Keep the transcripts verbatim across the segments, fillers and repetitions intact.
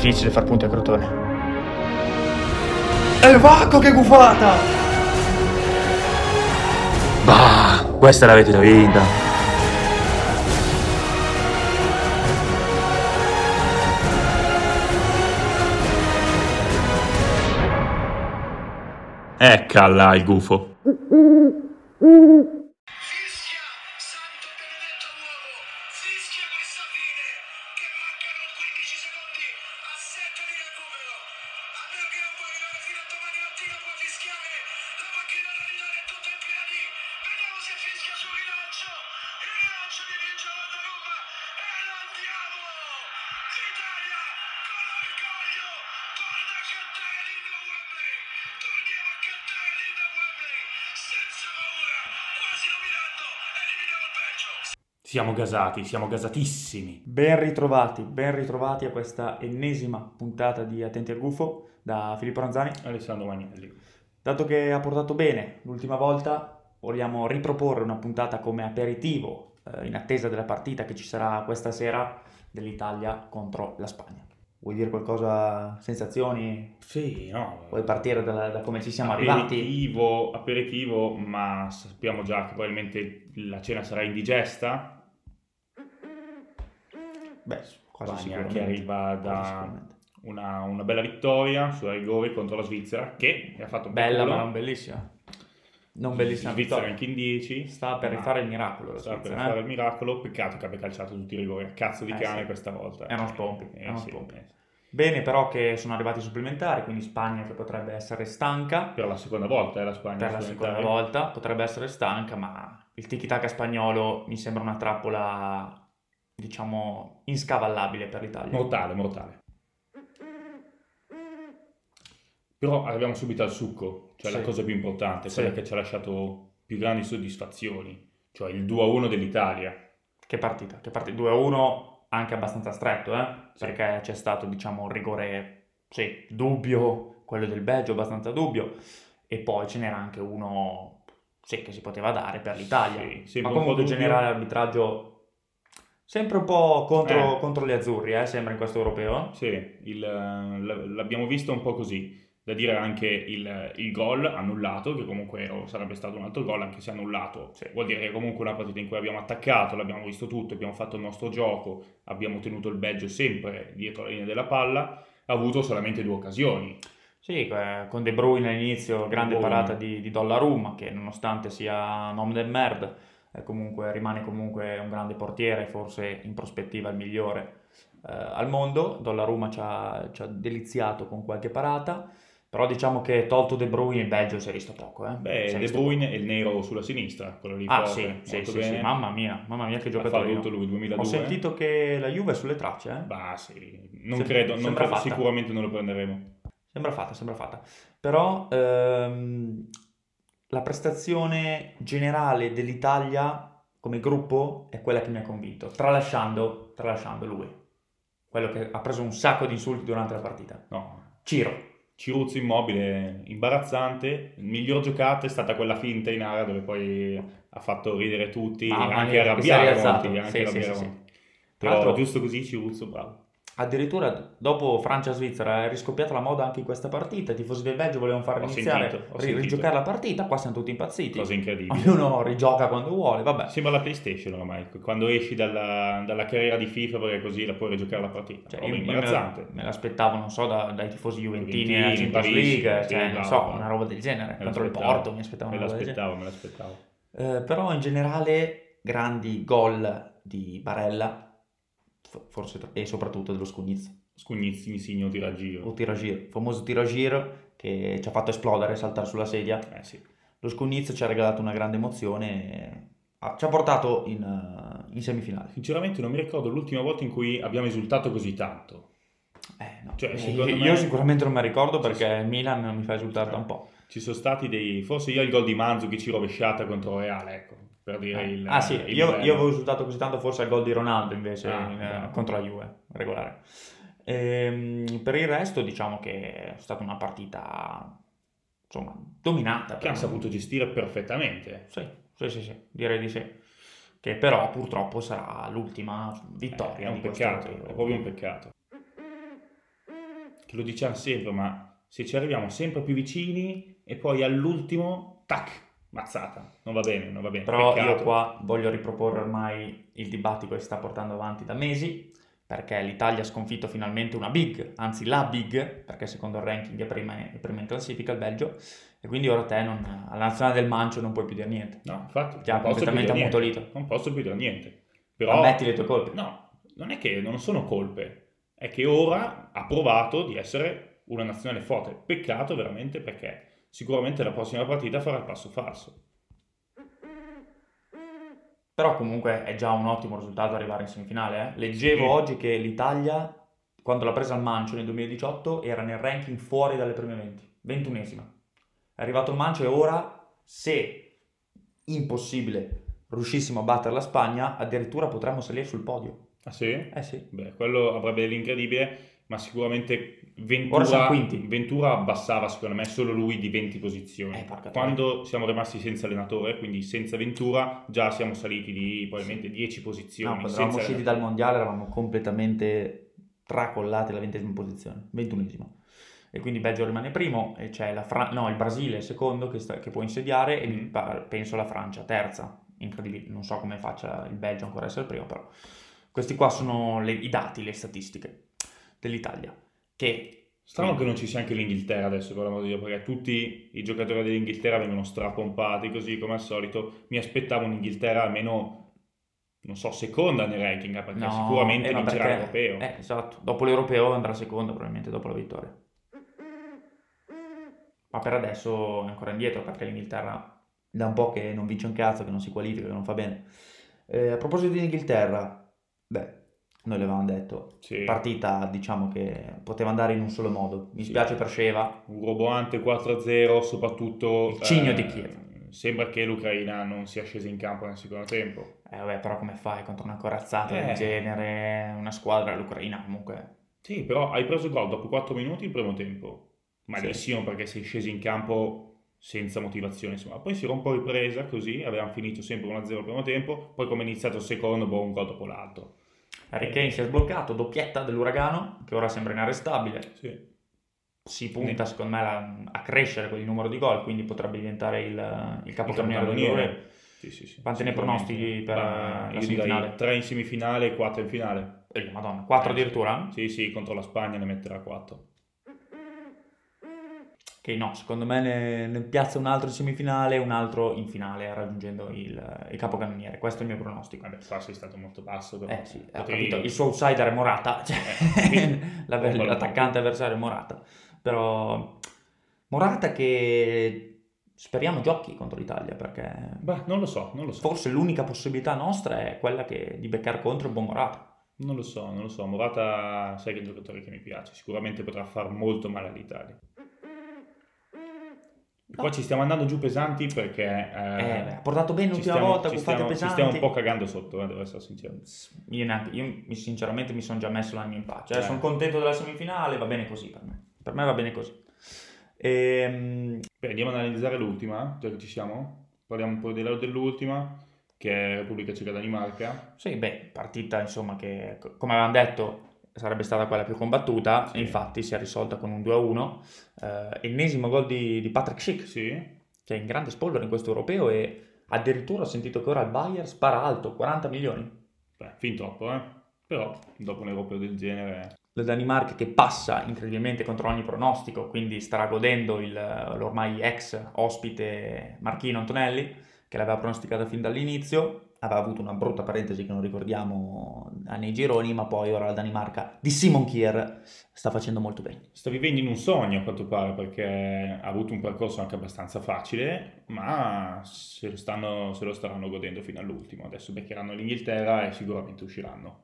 difficile far punti a Crotone. E il Vacco che gufata! Bah, questa l'avete già vinta. Ecca là il gufo. Siamo gasati, siamo gasatissimi. Ben ritrovati, ben ritrovati a questa ennesima puntata di Attenti al Gufo da Filippo Ranzani. Alessandro Magnelli. Dato che ha portato bene l'ultima volta, vogliamo riproporre una puntata come aperitivo eh, in attesa della partita che ci sarà questa sera dell'Italia contro la Spagna. Vuoi dire qualcosa, sensazioni? Sì, no. Vuoi partire da, da come ci siamo aperitivo, arrivati? Aperitivo, ma sappiamo già che probabilmente la cena sarà indigesta. Beh, quasi Spagna sicuramente. Che arriva da una, una bella vittoria su rigori contro la Svizzera, che ha fatto un bella culo. ma non bellissima. Non bellissima Svizzera vittoria. anche in dieci. Sta per rifare il miracolo la Sta per Svizzera, rifare eh? il miracolo. Peccato che abbia calciato tutti i rigori a cazzo di Eh, cane sì. questa volta. È uno spompi, Eh, è uno sì, spompi. eh. Bene però che sono arrivati i supplementari, quindi Spagna che potrebbe essere stanca. Per la seconda volta è la Spagna. Per la seconda volta potrebbe essere stanca, ma il tiki-taka spagnolo mi sembra una trappola, diciamo, inscavallabile per l'Italia. Mortale, mortale. Però arriviamo subito al succo, cioè Sì. la cosa più importante, Sì. quella che ci ha lasciato più grandi soddisfazioni, cioè il due a uno dell'Italia. Che partita, che partita, due a uno anche abbastanza stretto, eh? Sì. Perché c'è stato, diciamo, un rigore, sì, dubbio, quello del Belgio abbastanza dubbio, e poi ce n'era anche uno, sì, che si poteva dare per l'Italia. Sì, Ma sembra un comunque po' in dubbio. generale l'arbitraggio sempre un po' contro, Eh. contro gli azzurri, eh, sembra in questo europeo. Sì, il, l- l'abbiamo visto un po' così. Da dire anche il, il gol annullato, che comunque era- sarebbe stato un altro gol, anche se annullato. Sì. Vuol dire che comunque una partita in cui abbiamo attaccato, l'abbiamo visto tutto, abbiamo fatto il nostro gioco, abbiamo tenuto il Belgio sempre dietro la linea della palla, ha avuto solamente due occasioni. Sì, eh, con De Bruyne all'inizio, grande Bruyne. parata di, di Donnarumma, che nonostante sia un uomo del merd, eh, comunque, rimane comunque un grande portiere, forse in prospettiva il migliore eh, al mondo. Donnarumma ci ha, ci ha deliziato con qualche parata, però diciamo che tolto De Bruyne il Belgio si è visto poco. Eh. Beh, Si è De visto Bruyne e il nero sulla sinistra, quello lì poco. Ah forte, sì, sì, molto sì, bene. sì, mamma mia, mamma mia che Ha giocatore. fatto lui, duemiladue. Ho sentito che la Juve è sulle tracce, eh? Bah sì, non Sem- credo, non sembra credo, fatta. sicuramente non lo prenderemo. Sembra fatta, sembra fatta. Però ehm, la prestazione generale dell'Italia come gruppo è quella che mi ha convinto, tralasciando, tralasciando lui, quello che ha preso un sacco di insulti durante la partita. No, Ciro. Ciruzzo Immobile, imbarazzante. Il miglior giocata è stata quella finta in area dove poi ha fatto ridere tutti, Mamma anche mia, che si è arrabbiare rialzato. molti, anche Sì, sì, arrabbiare sì, sì. molti. Tra Però l'altro- giusto così Ciruzzo, bravo. Addirittura dopo Francia-Svizzera è riscoppiata la moda anche in questa partita, i tifosi del Belgio volevano far Ho iniziare, sentito, ho ri- sentito. rigiocare la partita, qua siamo tutti impazziti. Cosa incredibile. Ognuno rigioca quando vuole, vabbè. Sembra la PlayStation ormai, quando esci dalla, dalla carriera di FIFA perché così la puoi rigiocare la partita. Cioè, Roba io, io me, imbarazzante. me l'aspettavo, non so, da- dai tifosi juventini Juventini, alla Champions bravissimi, League, sì, cioè, non bravo, so, bravo. una roba del genere. Me Contro il l'aspettavo. Porto mi aspettavo Me una roba del genere. l'aspettavo, me l'aspettavo. Eh, però in generale grandi gol di Barella, f- forse tro- e soprattutto dello Scugnizzo. Scugnizzi, Insigne, Tiragiro. O tiragiro, il famoso tiragiro che ci ha fatto esplodere, saltare sulla sedia. Eh sì. Lo Scugnizzo ci ha regalato una grande emozione e ha- ci ha portato in, eh, in semifinale. Sinceramente non mi ricordo l'ultima volta in cui abbiamo esultato così tanto. Eh, no. Cioè, Eh, secondo io me- sicuramente non me la ricordo Sì, perché il Milan mi fa esultare da un po'. Ci sono stati dei... Forse io il gol di Mandzukic ci rovesciata contro Reale, ecco, per dire Eh. il... ah sì, il io, livello. io avevo esultato così tanto forse al gol di Ronaldo invece Ah, in, eh, bravo. contro la Juve, regolare. Ehm, per il resto diciamo che è stata una partita insomma dominata. Che hanno per- saputo gestire perfettamente. Sì, sì, sì, sì, direi di sì. Che però purtroppo sarà l'ultima vittoria È un di questo peccato, europeo. è proprio un peccato. che lo diciamo sempre, ma se ci arriviamo sempre più vicini e poi all'ultimo, tac, mazzata, non va bene, non va bene. Però Peccato. io qua voglio riproporre ormai il dibattito che si sta portando avanti da mesi, perché l'Italia ha sconfitto finalmente una big, anzi la big, perché secondo il ranking è prima, è prima in classifica il Belgio, e quindi ora te non, alla nazionale del Mancio non puoi più dire niente. No, infatti, Ti ha non posso più completamente dire niente. ammutolito. Non posso più dire niente. Però, Ammetti le tue colpe. no, non è che non sono colpe, è che ora ha provato di essere una nazionale forte. Peccato veramente, perché sicuramente la prossima partita farà il passo falso. Però comunque è già un ottimo risultato arrivare in semifinale. Eh? Leggevo Sì. oggi che l'Italia, quando l'ha presa al Mancio nel duemiladiciotto, era nel ranking fuori dalle prime venti, ventunesima. È arrivato il Mancio e ora, se impossibile riuscissimo a battere la Spagna, addirittura potremmo salire sul podio. Ah sì? Eh sì. Beh, quello avrebbe dell'incredibile, ma sicuramente Ora siamo Ventura, quinti. Ventura abbassava secondo me solo lui di venti posizioni. Eh, porca Quando siamo rimasti senza allenatore, quindi senza Ventura, già siamo saliti di probabilmente dieci No, posizioni. quando senza eravamo usciti dal allenatore. mondiale eravamo completamente tracollati alla ventesima posizione, ventunesima. E quindi Belgio rimane primo e c'è la Fra- no, il Brasile secondo che, sta- che può insediare e mi Mm. pa- penso la Francia terza. Incredibile, non so come faccia il Belgio ancora a essere primo, però questi qua sono le- i dati, le statistiche dell'Italia. Che Strano quindi- che non ci sia anche l'Inghilterra adesso, per l'amor di Dio, perché tutti i giocatori dell'Inghilterra vengono strapompati così come al solito. Mi aspettavo un'Inghilterra almeno, non so, seconda nel ranking, perché no, sicuramente eh, ma vincerà perché- l'Europeo. eh, esatto, dopo l'Europeo andrà seconda probabilmente dopo la vittoria. Ma per adesso è ancora indietro perché l'Inghilterra da un po' che non vince un cazzo, che non si qualifica, che non fa bene. Eh, a proposito di Inghilterra, beh, noi l'avevamo detto, Sì. partita diciamo che poteva andare in un solo modo. Mi Sì. spiace per Sheva, Un roboante quattro a zero, soprattutto Il cigno eh, di Kiev. Sembra che l'Ucraina non sia scesa in campo nel secondo tempo. eh, vabbè, però come fai contro una corazzata Eh. del genere, una squadra, l'Ucraina comunque... Sì, però hai preso gol dopo quattro minuti il primo tempo. Malissimo, perché sei scesi in campo senza motivazione, insomma. Poi si era un po' ripresa così, avevamo finito sempre uno a zero il primo tempo, poi come è iniziato il secondo, boh, un gol dopo l'altro. Harry Kane si è sbloccato, doppietta dell'Uragano, che ora sembra inarrestabile. Sì. Si punta secondo me a, a crescere con il numero di gol, quindi potrebbe diventare il, il capocannoniere capocannoniere. dell'Europeo. Sì, sì, sì. Quanti ne Sicuramente. pronostichi per Ma la io semifinale? direi tre in semifinale e quattro in finale. Eh, Madonna, quattro Eh, addirittura? Sì, sì, contro la Spagna ne metterà quattro. Che no, secondo me ne, ne piazza un altro in semifinale e un altro in finale, raggiungendo il, il capocannoniere. Questo è il mio pronostico. Vabbè, qua sei stato molto basso, però. Eh sì, ho Potevi- capito, il suo outsider è Morata, cioè, Eh, quindi, l'avver- pompalo un po'. l'attaccante avversario è Morata, però Morata che speriamo giochi contro l'Italia, perché Beh, non lo so, non lo so. forse l'unica possibilità nostra è quella che, di beccare contro il buon Morata. Non lo so, non lo so. Morata, sai che è un giocatore che mi piace. Sicuramente potrà far molto male all'Italia. No. Qua ci stiamo andando giù pesanti perché Eh, eh, beh, ha portato bene ci l'ultima stiamo- volta, ci con fate stiamo, ci pesanti. stiamo un po' cagando sotto, eh, devo essere sincero. Io, neanche, io mi- sinceramente mi sono già messo l'anima in pace. Eh, Eh. Sono contento della semifinale, va bene così per me. Per me va bene così. Ehm, Beh, andiamo ad analizzare l'ultima, già che ci siamo. Parliamo un po' della- dell'ultima, che è Repubblica Ceca-Danimarca. sì, beh, partita insomma che, co- come avevamo detto, sarebbe stata quella più combattuta. Sì. E infatti si è risolta con un due a uno. Eh, ennesimo gol di, di Patrick Schick, Sì, che è in grande spolvero in questo europeo e addirittura ho sentito che ora il Bayern spara alto, quaranta milioni. beh, fin troppo, eh. Però, dopo un europeo del genere... La Danimarca che passa incredibilmente contro ogni pronostico, quindi starà godendo il, l'ormai ex ospite Marchino Antonelli, che l'aveva pronosticata fin dall'inizio. Aveva avuto una brutta parentesi che non ricordiamo nei gironi, ma poi ora la Danimarca di Simon Kjær sta facendo molto bene. Sta vivendo in un sogno a quanto pare, perché ha avuto un percorso anche abbastanza facile, ma se lo, stanno, se lo staranno godendo fino all'ultimo. Adesso beccheranno l'Inghilterra e sicuramente usciranno.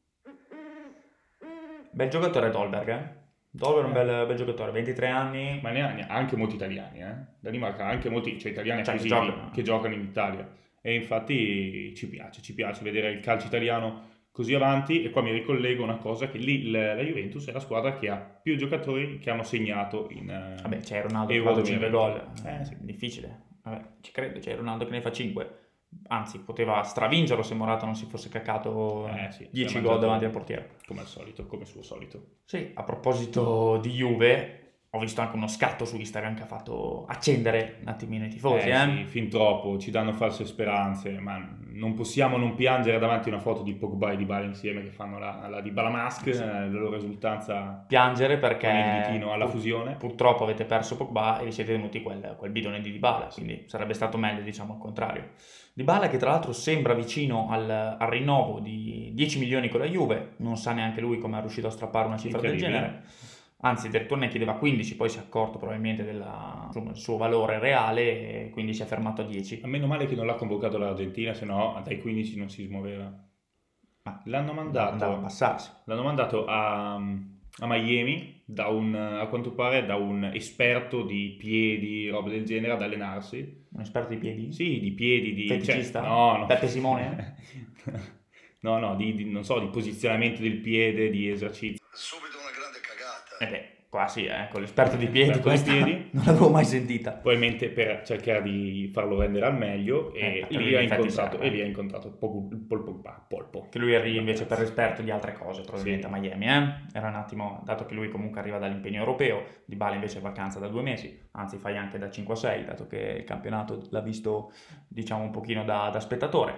Bel giocatore Dolberg, eh? Dolberg è un bel, bel giocatore, ventitré anni. Ma ne ha, ne ha anche molti italiani, eh? Danimarca ha anche molti, cioè italiani Cioè, che acquisiti giocano. che giocano in Italia. E infatti ci piace, ci piace vedere il calcio italiano così avanti. E qua mi ricollego una cosa, che lì la la Juventus è la squadra che ha più giocatori che hanno segnato in... eh, Vabbè, c'è Ronaldo che Euro fa cinque gol. duemilaventi. Eh, Eh, sì. difficile. Vabbè, ci credo, c'è Ronaldo che ne fa cinque. anzi poteva stravincerlo se Morata non si fosse caccato Eh, sì, dieci si è gol mangiato- davanti al portiere. Come al solito, come suo solito. Sì, a proposito di Juve, ho visto anche uno scatto su Instagram che ha fatto accendere un attimino i tifosi, Eh, eh? sì, fin troppo, ci danno false speranze, ma non possiamo non piangere davanti a una foto di Pogba e Dybala insieme che fanno la, la Dybala Mask, Sì. eh, la loro esultanza Piangere perché con il ditino alla pur- fusione. purtroppo avete perso Pogba e vi siete tenuti quel, quel bidone di Dybala, quindi sarebbe stato meglio, diciamo, al contrario. Dybala che tra l'altro sembra vicino al, al rinnovo di dieci milioni con la Juve, non sa neanche lui come è riuscito a strappare una cifra del Incredibile. genere. Anzi, addirittura ne chiedeva quindici, poi si è accorto probabilmente della- insomma, del suo valore reale e quindi si è fermato a dieci. A meno male che non l'ha convocato l'Argentina, se no dai quindici non si smuoveva. Ma L'hanno andava a mandato, passarsi. l'hanno mandato a, a Miami, da un, a quanto pare da un esperto di piedi, robe del genere, ad allenarsi. Un esperto di piedi? Sì, di piedi, di... Feticista? cioè, no, no. Peppe Simone? No, no, di, di- non so, di posizionamento del piede, di esercizi. Subito una grande cagata. Eh beh, qua sì, eh, con l'esperto di piedi, Esperto di questa piedi. non l'avevo mai sentita. Probabilmente per cercare di farlo rendere al meglio e, Eh, perché lì, lui ha in effetti incontrato, serve. e lì ha incontrato Pol- Pol- Pogba, Polpo. Che lui arrivi invece per esperto di altre cose, probabilmente Sì. a Miami, eh? Era un attimo, dato che lui comunque arriva dall'impegno europeo, Dybala invece è vacanza da due mesi, anzi fai anche da cinque a sei, dato che il campionato l'ha visto, diciamo, un pochino da, da spettatore.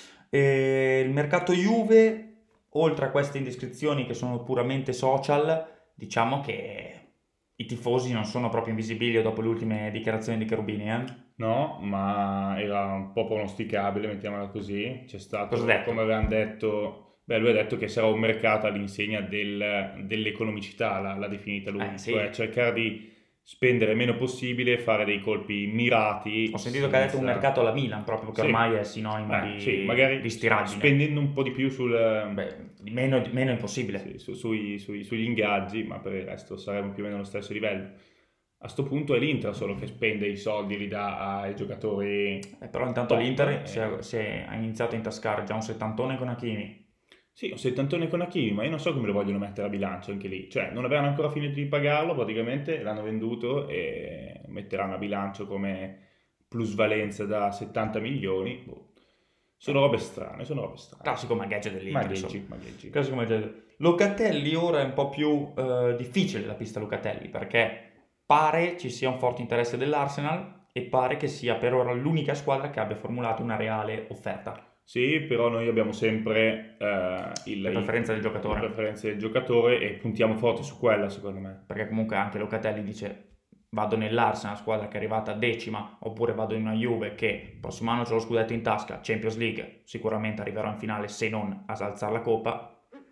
E il mercato Juve, oltre a queste indiscrezioni che sono puramente social, diciamo che i tifosi non sono proprio invisibili dopo le ultime dichiarazioni di Cherubini, eh? No, ma era un po' pronosticabile, mettiamola così. C'è stato, Cosa ha detto? come avevano detto, beh, lui ha detto che sarà un mercato all'insegna del- dell'economicità, l'ha, l'ha definita lui, Eh, sì. cioè cercare di spendere il meno possibile, fare dei colpi mirati. Ho sentito che ha detto un senza- mercato alla Milan, proprio che Sì. ormai è sinonimo Eh, di, sì, magari di stiraggine. spendendo un po' di più sul, Beh, di meno, di meno è impossibile. sì, su- sui, sui- sugli ingaggi, ma per il resto saremo più o meno allo stesso livello. A sto punto è l'Inter solo che spende i soldi, li dà ai giocatori. Eh, però intanto top, l'Inter eh. si è, si è- ha iniziato a intascare già un settantone con Hakimi. Sì, un settantone con Hakimi, ma io non so come lo vogliono mettere a bilancio anche lì. Cioè, non avevano ancora finito di pagarlo, praticamente l'hanno venduto e metteranno a bilancio come plusvalenza da settanta milioni. Boh. Sono robe strane, sono robe strane. Classico magheggio dell'Inter, insomma. Magheggi, magheggi. Classico magheggio. Locatelli ora è un po' più eh, difficile la pista Locatelli, perché pare ci sia un forte interesse dell'Arsenal e pare che sia per ora l'unica squadra che abbia formulato una reale offerta. Sì, però noi abbiamo sempre eh, il, La preferenza del giocatore. le preferenze del giocatore e puntiamo forte su quella, secondo me. Perché comunque anche Locatelli dice vado nell'Arsenal, squadra che è arrivata decima, oppure vado in una Juve che il prossimo anno c'è lo scudetto in tasca, Champions League, sicuramente arriverò in finale se non a alzare la coppa.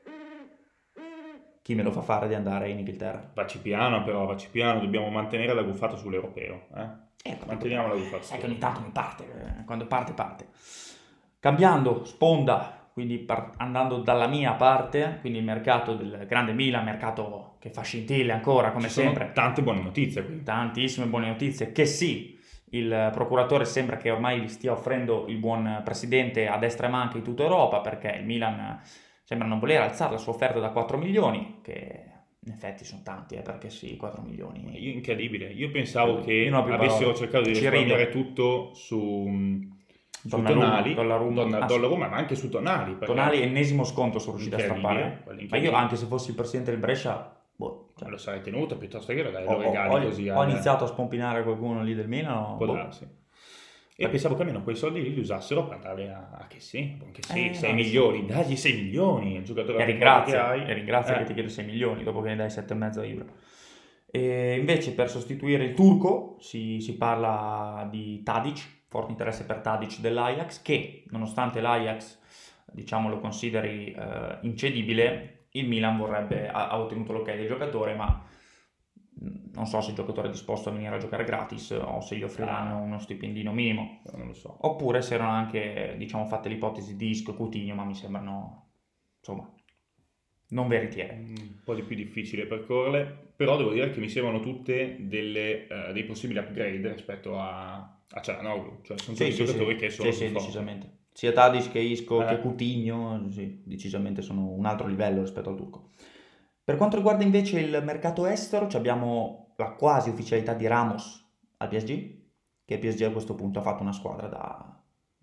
Chi me lo fa fare di andare in Inghilterra? Vacci piano, però, vacci piano, dobbiamo mantenere la guffata sull'europeo. Eh? Eh, Manteniamo la guffata Sai che sull'europeo. ogni tanto mi parte, eh, quando parte parte. Cambiando sponda, quindi par- andando dalla mia parte, quindi il mercato del grande Milan, mercato che fa scintille ancora come Ci sono sempre. tante buone notizie qui. Tantissime buone notizie, che sì, il procuratore sembra che ormai gli stia offrendo il buon presidente a destra e manca in tutta Europa, perché il Milan sembra non voler alzare la sua offerta da quattro milioni, che in effetti sono tanti, eh, perché sì, quattro milioni. Io, incredibile, io pensavo che Io non ho più avessero parole. cercato di Ci risparmiare rido. tutto su, su Donnarumma, Tonali, Donnarumma. Donna- Ah, sì. Donnarumma, ma anche su Tonali. perché- Tonali, ennesimo sconto sono riusciti a Incredibile, strappare. quello Ma incredibile. io, anche se fossi il presidente del Brescia, boh, cioè, Me lo sarei tenuto piuttosto che lo dai, ho, lo regali ho- così. ho al- iniziato a spompinare qualcuno lì del Milan. Può boh. darsi. E pensavo che almeno quei soldi lì li usassero per dare a, a che sì, che sì, Eh, sei no, milioni, dagli sei milioni, il giocatore E più ringrazia, forte che hai. e ringrazia Eh, che ti chiede sei milioni dopo che ne dai sette e mezzo a Ibra. E invece per sostituire il turco si, si parla di Tadic, forte interesse per Tadic dell'Ajax, che nonostante l'Ajax diciamo lo consideri eh, incedibile, il Milan vorrebbe, ha, ha ottenuto l'ok del giocatore, ma mh, non so se il giocatore è disposto a venire a giocare gratis o se gli offriranno uno stipendino minimo. non lo so. Oppure se erano anche, diciamo, fatte l'ipotesi di Isco e Coutinho, ma mi sembrano, insomma, non veritiere. Un po' di più difficile percorrere, però devo dire che mi sembrano tutte delle, eh, dei possibili upgrade rispetto a, a Cialanoglu, cioè sono tutti giocatori che sono sì, più sì, forti. decisamente. Sia Tadic che Isco Eh. che Coutinho, sì, decisamente sono un altro livello rispetto al turco. Per quanto riguarda invece il mercato estero, ci abbiamo la quasi ufficialità di Ramos al P S G, che il P S G a questo punto ha fatto una squadra da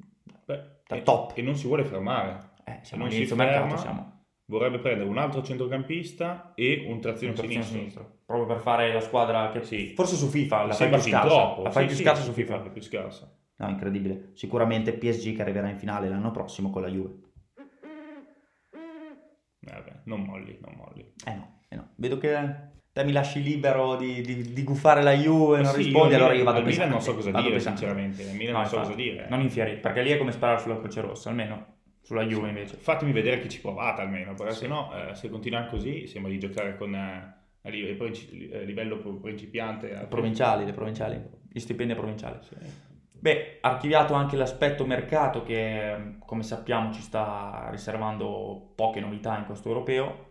Beh, da e, top. E non si vuole fermare. Eh, siamo non all'inizio si ferma, mercato, siamo. Vorrebbe prendere un altro centrocampista e un trazione Un terzino sinistro. sinistro, proprio per fare la squadra che Sì. forse su FIFA la fai Sembra più fin scarsa, troppo. la fai Sì, più sì, scarsa su su FIFA. FIFA è più scarsa. No, incredibile. Sicuramente P S G che arriverà in finale l'anno prossimo con la Juve. Vabbè, non molli, non molli. Eh no, eh no. Vedo che te mi lasci libero di, di, di guffare la Juve e non Sì, rispondi, io al allora Milan- io vado al Milan pesante. non so cosa vado dire, pesante. sinceramente. Al Milan No, non so infatti, cosa dire. Non infierire, perché lì è come sparare sulla Croce Rossa, almeno sulla Juve invece. Fatemi vedere che ci provate almeno, perché Sì. se no, eh, se continuano così, sembra di giocare con eh, a li- princi- a livello principiante. Le provinciali, le provinciali, gli stipendi provinciali. Beh, archiviato anche l'aspetto mercato che, come sappiamo, ci sta riservando poche novità in questo europeo.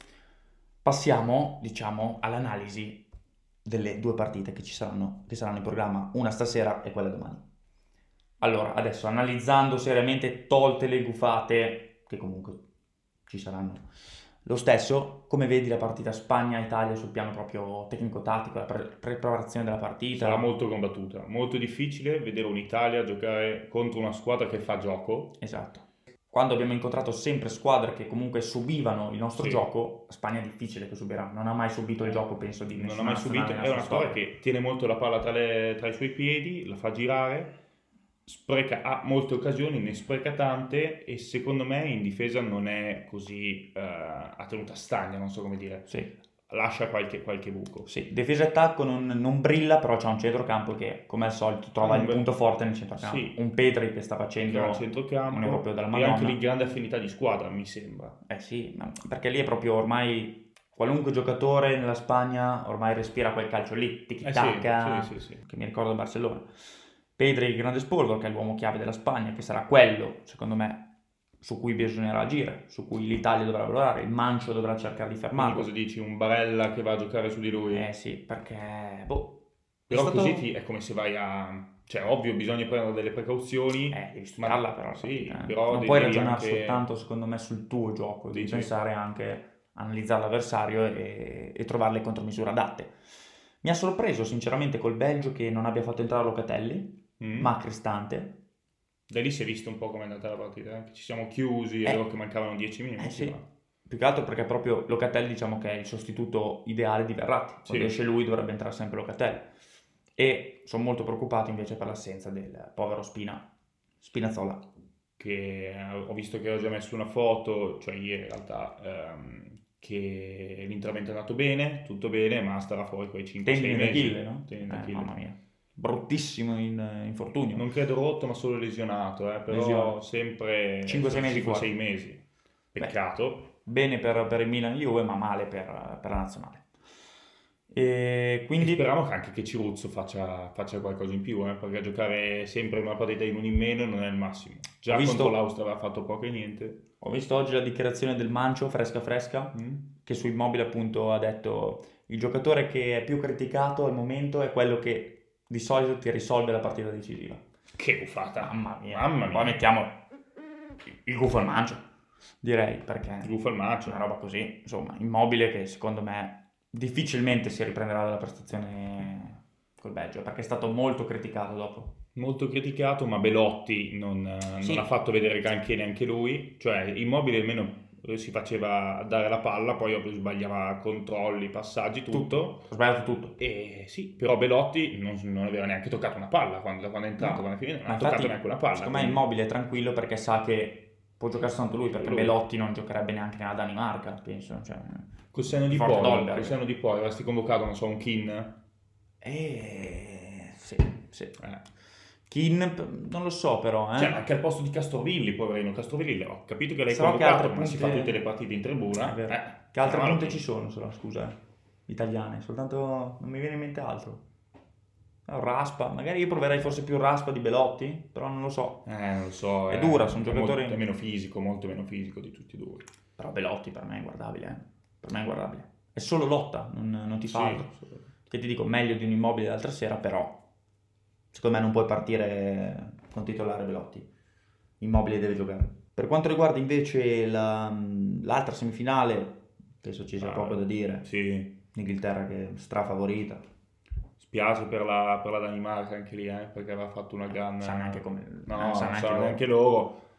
Passiamo, diciamo, all'analisi delle due partite che ci saranno, che saranno in programma, una stasera e quella domani. Allora, adesso analizzando seriamente, tolte le gufate, che comunque ci saranno lo stesso, come vedi la partita Spagna-Italia sul piano proprio tecnico-tattico, la pre- preparazione della partita? Sarà molto combattuta, molto difficile vedere un'Italia giocare contro una squadra che fa gioco. Esatto. Quando abbiamo incontrato sempre squadre che comunque subivano il nostro Sì. gioco, Spagna è difficile che subirà, non ha mai subito il gioco, penso, di Non nessuna ha mai subito, nazionale è nella una sua squadra storia. che tiene molto la palla tra, le- tra i suoi piedi, la fa girare, spreca, ha molte occasioni, ne spreca tante e secondo me in difesa non è così eh, a tenuta stagna, non so come dire, Sì, lascia qualche, qualche buco. sì, difesa e attacco non, non brilla, però c'è un centrocampo che, come al solito, trova Un il bel- punto forte nel centrocampo. Sì. Un Pedri che sta facendo Gran centrocampo un europeo della e Madonna. anche lì grande affinità di squadra, mi sembra. Eh sì, ma- perché lì è proprio ormai qualunque giocatore nella Spagna ormai respira quel calcio lì, tiki-taka, Eh sì, sì, sì, sì. che mi ricorda il Barcellona. Pedri, il grande spolvero, che è l'uomo chiave della Spagna, che sarà quello, secondo me, su cui bisognerà agire, su cui l'Italia dovrà lavorare, il Mancio dovrà cercare di Quindi fermarlo. cosa dici? Un Barella che va a giocare su di lui? Eh sì, perché, boh, è Però stato- così ti- è come se vai a... Cioè, ovvio, bisogna prendere delle precauzioni. Eh, devi studiarla però. Sì, eh. però non devi puoi ragionare anche- soltanto, secondo me, sul tuo gioco, devi Dici? pensare anche a analizzare l'avversario e, e trovare le contromisure adatte. Mi ha sorpreso sinceramente col Belgio che non abbia fatto entrare Locatelli, Mm. ma Cristante. Da lì si è visto un po' com'è andata la partita, eh, che ci siamo chiusi, Eh. ero che mancavano dieci minuti. Eh sì, ma- più che altro perché proprio Locatelli diciamo che è il sostituto ideale di Verratti. Quando Sì. esce lui dovrebbe entrare sempre Locatelli. E sono molto preoccupato invece per l'assenza del povero Spina, Spinazzola. Che eh, ho visto che ho già messo una foto, cioè ieri in realtà, ehm, che l'intervento è andato bene, tutto bene, ma starà fuori quei cinque sei Tendine mesi. d'Achille, no? Tendine Eh, d'Achille. mamma mia. Bruttissimo in eh, infortunio. Non credo rotto, ma solo lesionato, eh, però Lesione. sempre cinque sei mesi cinque fuori. sei mesi. Peccato. Bene per, per il Milan e Juve, ma male per, per la nazionale. E E quindi speriamo che anche che Ciruzzo faccia, faccia qualcosa in più, eh, perché giocare sempre in una partita in uno in meno non è il massimo. Già Ho visto- contro l'Austria aveva fatto poco e niente. ho visto oggi la dichiarazione del Mancio, fresca fresca, Mm. che su Immobile appunto ha detto il giocatore che è più criticato al momento è quello che di solito ti risolve la partita decisiva. Che buffata. Mamma mia, Mamma poi mia. mettiamo il gufo al Mancio, direi, perché Guffa al macio. una roba così, insomma, Immobile che secondo me difficilmente si riprenderà dalla prestazione col Belgio, perché è stato molto criticato dopo. Molto criticato, ma Belotti non, eh, Sì. non ha fatto vedere granché neanche lui. Cioè, Immobile almeno si faceva dare la palla, poi ovvio sbagliava controlli, passaggi, tutto. Ho sbagliato tutto. E sì, però Belotti non, non aveva neanche toccato una palla quando, quando è entrato, No. quando è finito, non Ma ha toccato infatti, neanche una palla. secondo me quindi- Immobile è tranquillo perché sa che può giocare soltanto lui, perché Lui. Belotti non giocherebbe neanche nella Danimarca, penso. Cioè... Col senno di Forte poi, Dolberg. col senno di poi, avresti convocato, non so, un Kin? Eh, sì, sì. Eh. Keane, p- non lo so però, eh. Cioè, anche al posto di Castrovilli, poverino. Castrovilli, ho capito che l'hai Però che convocato, altre ma si fa punte- tutte le partite in tribuna. È vero. Eh, Che altre ma- punte ci sono, solo, scusa, eh, italiane, soltanto non mi viene in mente altro. Eh, Raspa, magari io proverei forse più Raspa di Belotti, però non lo so. Eh, non lo so. È eh, dura, sono è giocatori- molto- È meno fisico, molto meno fisico di tutti e due. Però Belotti per me è guardabile, eh. Per me è guardabile. È solo lotta, non, non ti fa altro. Che ti dico, meglio di un Immobile l'altra sera, però secondo me non puoi partire con titolare Belotti. Immobile deve giocare. Per quanto riguarda invece la- l'altra semifinale, penso ci sia Ah, poco da dire. Sì, L'Inghilterra che è strafavorita. spiace per la, per la Danimarca anche lì, eh, perché aveva fatto una gran... Sa neanche come... No, eh, non sa sa neanche neanche, loro. loro.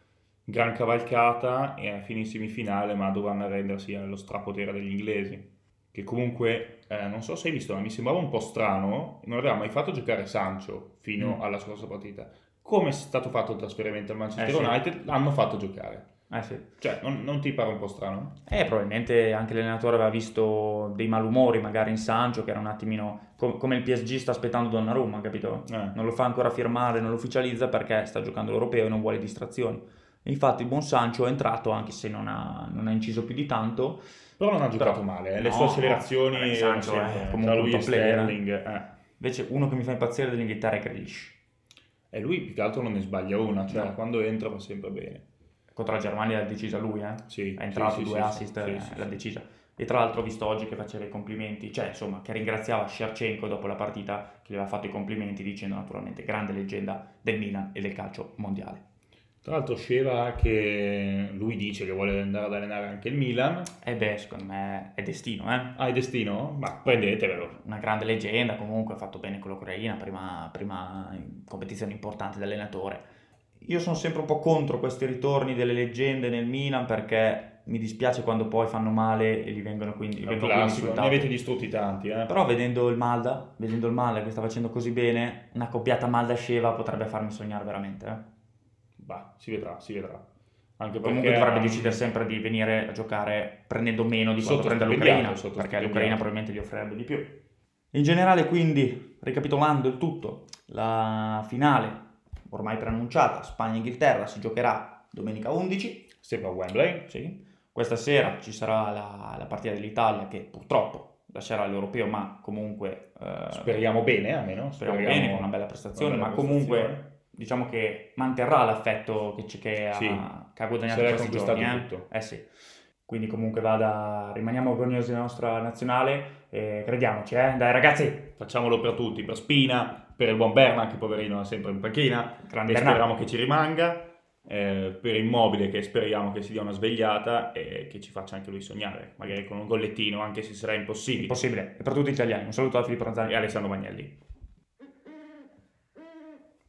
gran cavalcata e finì in semifinale, ma dovranno arrendersi allo strapotere degli inglesi. Che comunque, eh, non so se hai visto, ma mi sembrava un po' strano, non aveva mai fatto giocare Sancho fino Mm. alla scorsa partita. Come è stato fatto il trasferimento al Manchester Eh, sì. United, l'hanno fatto giocare. Eh sì. Cioè, non, non ti pare un po' strano? E probabilmente anche l'allenatore aveva visto dei malumori magari in Sancho, che era un attimino com- come il P S G sta aspettando Donnarumma, capito? Eh. Non lo fa ancora firmare, non lo ufficializza perché sta giocando l'Europeo e non vuole distrazioni. E infatti il buon Sancho è entrato, anche se non ha, non ha inciso più di tanto. Però non ha giocato Però- male, eh. Le no, sue accelerazioni no, erano Sancho è sempre comunque tra lui un e top player, eh. Sterling. Eh. Invece uno che mi fa impazzire dell'Inghilterra è Grealish. E lui più che altro non ne sbaglia una, cioè No. quando entra va sempre bene. Contro la Germania l'ha decisa lui, eh? Sì, È entrato, sì, sì, due sì, assist, sì, eh, sì, l'ha sì. decisa. E tra l'altro ho visto oggi che faceva i complimenti, cioè insomma che ringraziava Shevchenko dopo la partita, che gli aveva fatto i complimenti dicendo naturalmente grande leggenda del Milan e del calcio mondiale. Tra l'altro Sheva che lui dice che vuole andare ad allenare anche il Milan. E beh, secondo me è destino, eh? Ah, è destino? Ma prendetevelo. Una grande leggenda, comunque ha fatto bene con l'Ucraina, prima, prima competizione importante da allenatore. Io sono sempre un po' contro questi ritorni delle leggende nel Milan perché mi dispiace quando poi fanno male e gli vengono quindi, gli È un vengono quindi classico, ne insultati. avete distrutti tanti, eh. Però vedendo il Malda, vedendo il Malda che sta facendo così bene, una coppiata Malda-Sheva potrebbe farmi sognare veramente. Eh? Bah, si vedrà, si vedrà. Anche perché Comunque dovrebbe um, decidere sempre di venire a giocare prendendo meno di quanto prende Sottostipendiato, l'Ucraina, perché sottostipendiato. l'Ucraina probabilmente gli offrirebbe di più. In generale, quindi, ricapitolando il tutto, la finale ormai preannunciata, Spagna-Inghilterra, si giocherà domenica undici. sempre a Wembley. Sì. Questa sera ci sarà la, la partita dell'Italia che purtroppo lascerà l'Europeo, ma comunque eh, Speriamo bene, almeno. speriamo bene con una bella prestazione, una ma bella comunque prestazione. diciamo che manterrà l'affetto che, c- che, ha, Sì. che ha guadagnato Se l'è in questi conquistato giorni. Eh? tutto. Eh sì. Quindi comunque vada, rimaniamo orgogliosi della nostra nazionale e crediamoci, eh? Dai ragazzi! Facciamolo per tutti, per Spina, per il buon Berna che poverino è sempre in panchina, Grande e Bernat. speriamo che ci rimanga, eh, per Immobile che speriamo che si dia una svegliata e che ci faccia anche lui sognare, magari con un gollettino anche se sarà impossibile. Impossibile, e per tutti gli italiani. Un saluto da Filippo Ranzani E Alessandro Magnelli.